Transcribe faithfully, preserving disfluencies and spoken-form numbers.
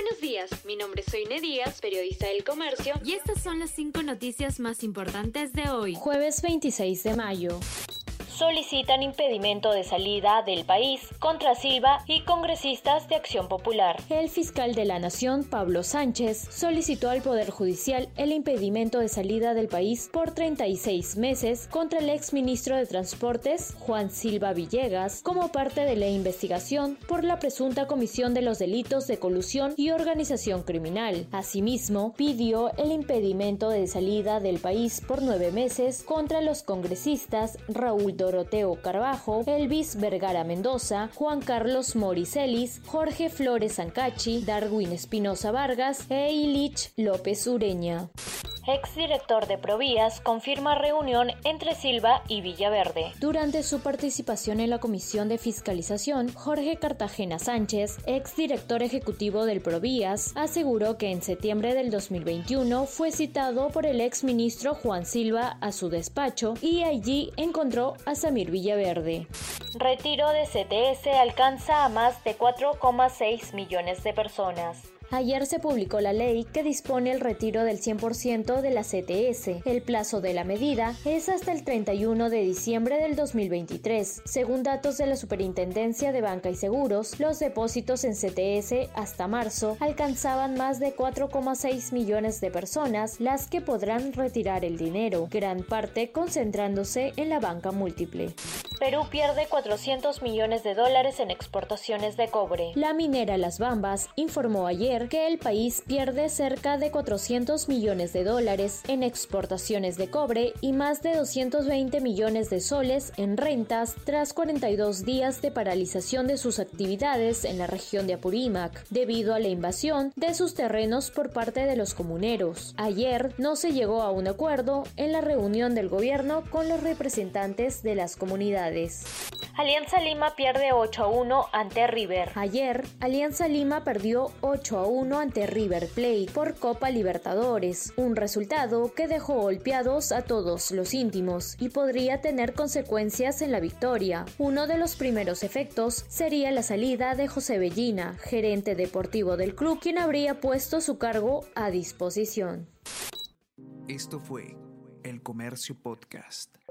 Buenos días, mi nombre es Soine Díaz, periodista del Comercio, y estas son las cinco noticias más importantes de hoy, jueves veintiséis de mayo. Solicitan impedimento de salida del país contra Silva y congresistas de Acción Popular. El fiscal de la Nación, Pablo Sánchez, solicitó al Poder Judicial el impedimento de salida del país por treinta y seis meses contra el exministro de Transportes, Juan Silva Villegas, como parte de la investigación por la presunta comisión de los delitos de colusión y organización criminal. Asimismo, pidió el impedimento de salida del país por nueve meses contra los congresistas Raúl Doroteo Carbajo, Elvis Vergara Mendoza, Juan Carlos Moricelis, Jorge Flores Ancachi, Darwin Espinosa Vargas e Ilich López Ureña. Exdirector de Provías confirma reunión entre Silva y Villaverde. Durante su participación en la Comisión de Fiscalización, Jorge Cartagena Sánchez, exdirector ejecutivo del Provías, aseguró que en septiembre del dos mil veintiuno fue citado por el exministro Juan Silva a su despacho y allí encontró a Samir Villaverde. Retiro de C T S alcanza a más de cuatro coma seis millones de personas. Ayer se publicó la ley que dispone el retiro del cien por ciento de la C T S. El plazo de la medida es hasta el treinta y uno de diciembre del dos mil veintitrés. Según datos de la Superintendencia de Banca y Seguros, los depósitos en C T S hasta marzo alcanzaban más de cuatro coma seis millones de personas las que podrán retirar el dinero, gran parte concentrándose en la banca múltiple. Perú pierde cuatrocientos millones de dólares en exportaciones de cobre. La minera Las Bambas informó ayer que el país pierde cerca de cuatrocientos millones de dólares en exportaciones de cobre y más de doscientos veinte millones de soles en rentas tras cuarenta y dos días de paralización de sus actividades en la región de Apurímac, debido a la invasión de sus terrenos por parte de los comuneros. Ayer no se llegó a un acuerdo en la reunión del gobierno con los representantes de las comunidades. Alianza Lima pierde ocho a uno ante River. Ayer, Alianza Lima perdió ocho a uno ante River Plate por Copa Libertadores, un resultado que dejó golpeados a todos los íntimos y podría tener consecuencias en la victoria. Uno de los primeros efectos sería la salida de José Bellina, gerente deportivo del club, quien habría puesto su cargo a disposición. Esto fue El Comercio Podcast.